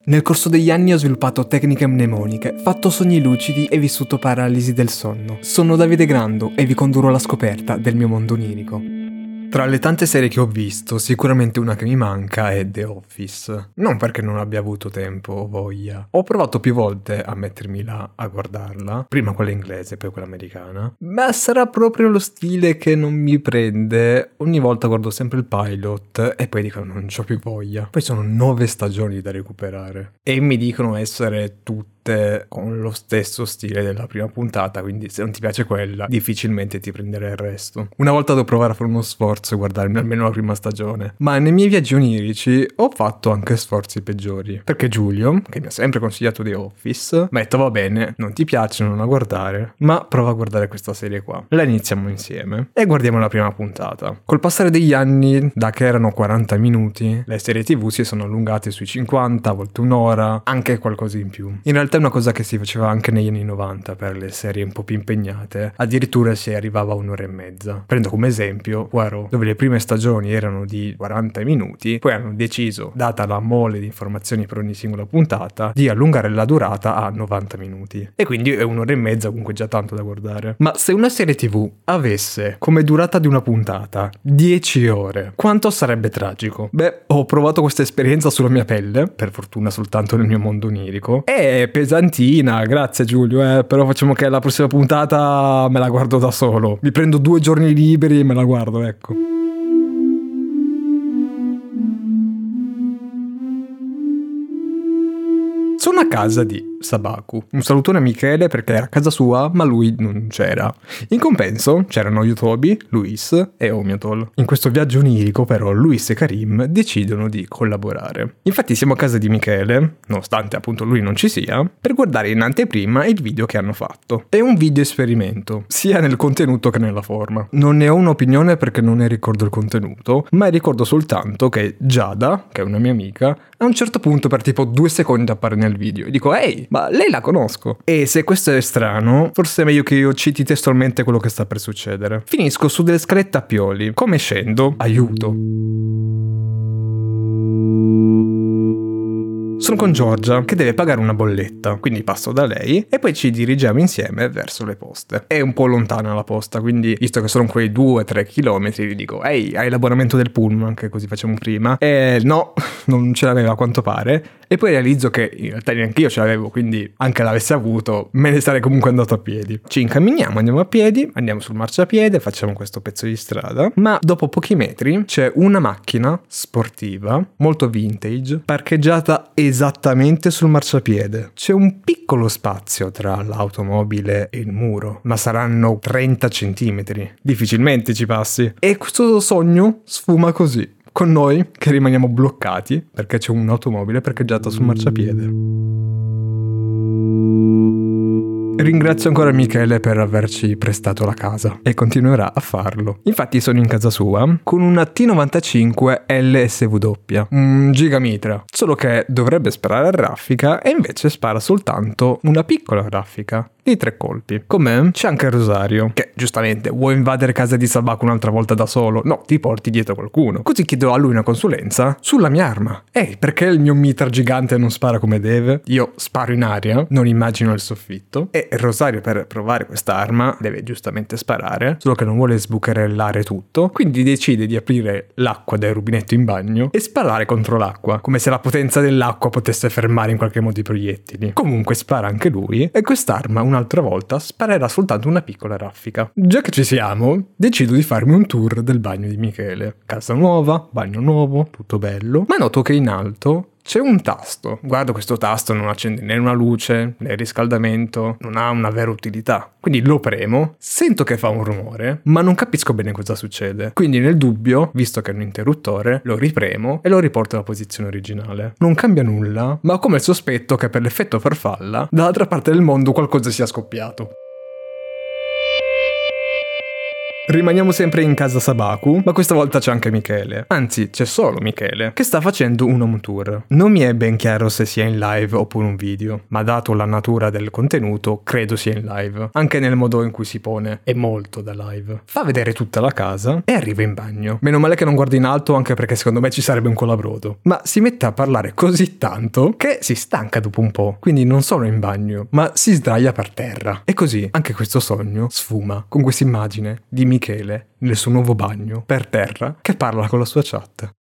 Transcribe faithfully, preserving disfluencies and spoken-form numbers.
Nel corso degli anni ho sviluppato tecniche mnemoniche, fatto sogni lucidi e vissuto paralisi del sonno. Sono Davide Grando e vi condurrò alla scoperta del mio mondo onirico. Tra le tante serie che ho visto, sicuramente una che mi manca è The Office. Non perché non abbia avuto tempo o voglia. Ho provato più volte a mettermi là a guardarla, prima quella inglese, poi quella americana, ma sarà proprio lo stile che non mi prende. Ogni volta guardo sempre il pilot e poi dico non c'ho più voglia. Poi sono nove stagioni da recuperare e mi dicono essere tutte con lo stesso stile della prima puntata, quindi se non ti piace quella difficilmente ti prenderai il resto. Una volta devo provare a fare uno sforzo e guardarmi almeno la prima stagione, ma nei miei viaggi onirici ho fatto anche sforzi peggiori, perché Giulio, che mi ha sempre consigliato The Office, mi ha detto va bene, non ti piace, non la guardare, ma prova a guardare questa serie qua. La iniziamo insieme e guardiamo la prima puntata. Col passare degli anni, da che erano quaranta minuti, le serie tv si sono allungate sui cinquanta, a volte un'ora, anche qualcosa in più. In realtà è una cosa che si faceva anche negli anni novanta per le serie un po' più impegnate, addirittura si arrivava a un'ora e mezza. Prendo come esempio Poirot, dove le prime stagioni erano di quaranta minuti, poi hanno deciso, data la mole di informazioni per ogni singola puntata, di allungare la durata a novanta minuti. E quindi è un'ora e mezza, comunque già tanto da guardare. Ma se una serie tv avesse come durata di una puntata dieci ore, quanto sarebbe tragico? Beh, ho provato questa esperienza sulla mia pelle, per fortuna soltanto nel mio mondo onirico, e pesantina, grazie Giulio, eh, però facciamo che la prossima puntata me la guardo da solo. Mi prendo due giorni liberi e me la guardo, ecco. Sono a casa di Sabaku. Un salutone a Michele perché era a casa sua, ma lui non c'era. In compenso c'erano Yutobi, Luis e Omiotol. In questo viaggio onirico però Luis e Karim decidono di collaborare. Infatti siamo a casa di Michele, nonostante appunto lui non ci sia, per guardare in anteprima il video che hanno fatto. È un video esperimento, sia nel contenuto che nella forma. Non ne ho un'opinione perché non ne ricordo il contenuto, ma ricordo soltanto che Giada, che è una mia amica, a un certo punto per tipo due secondi appare nel video e dico ehi, ma lei la conosco. E se questo è strano, forse è meglio che io citi testualmente quello che sta per succedere. Finisco su delle scalette a pioli. Come scendo? Aiuto. Sono con Giorgia che deve pagare una bolletta, quindi passo da lei e poi ci dirigiamo insieme verso le poste. È un po' lontana la posta, quindi visto che sono quei due tre chilometri gli dico ehi, hai l'abbonamento del pullman, che così facciamo prima? E no, non ce l'aveva a quanto pare. E poi realizzo che in realtà neanche io ce l'avevo, quindi anche l'avessi avuto me ne sarei comunque andato a piedi. Ci incamminiamo, andiamo a piedi, andiamo sul marciapiede, facciamo questo pezzo di strada, ma dopo pochi metri c'è una macchina sportiva, molto vintage, parcheggiata esattamente sul marciapiede. C'è un piccolo spazio tra l'automobile e il muro, ma saranno trenta centimetri. Difficilmente ci passi. E questo sogno sfuma così, con noi che rimaniamo bloccati perché c'è un'automobile parcheggiata sul marciapiede. Ringrazio ancora Michele per averci prestato la casa e continuerà a farlo. Infatti sono in casa sua con una T novantacinque L S W, un gigamitra, solo che dovrebbe sparare a raffica e invece spara soltanto una piccola raffica di tre colpi. Con me c'è anche Rosario, che giustamente vuoi invadere casa di Sabaku un'altra volta da solo? No, ti porti dietro qualcuno. Così chiedo a lui una consulenza sulla mia arma. Ehi, perché il mio mitra gigante non spara come deve? Io sparo in aria, non immagino il soffitto, e Rosario per provare quest'arma deve giustamente sparare, solo che non vuole sbucherellare tutto, quindi decide di aprire l'acqua del rubinetto in bagno e sparare contro l'acqua, come se la potenza dell'acqua potesse fermare in qualche modo i proiettili. Comunque spara anche lui e quest'arma un'altra volta sparerà soltanto una piccola raffica. Già che ci siamo, decido di farmi un tour del bagno di Michele. Casa nuova, bagno nuovo, tutto bello, ma noto che in alto c'è un tasto. Guardo questo tasto, non accende né una luce né riscaldamento, non ha una vera utilità. Quindi lo premo, sento che fa un rumore, ma non capisco bene cosa succede. Quindi nel dubbio, visto che è un interruttore, lo ripremo e lo riporto alla posizione originale. Non cambia nulla, ma ho come il sospetto che per l'effetto farfalla, dall'altra parte del mondo qualcosa sia scoppiato. Rimaniamo sempre in casa Sabaku, ma questa volta c'è anche Michele. Anzi, c'è solo Michele, che sta facendo un home tour. Non mi è ben chiaro se sia in live oppure un video, ma dato la natura del contenuto, credo sia in live. Anche nel modo in cui si pone, è molto da live. Fa vedere tutta la casa e arriva in bagno. Meno male che non guarda in alto, anche perché secondo me ci sarebbe un colabrodo. Ma si mette a parlare così tanto che si stanca dopo un po'. Quindi non solo in bagno, ma si sdraia per terra. E così anche questo sogno sfuma con questa immagine di Michele nel suo nuovo bagno per terra che parla con la sua chat.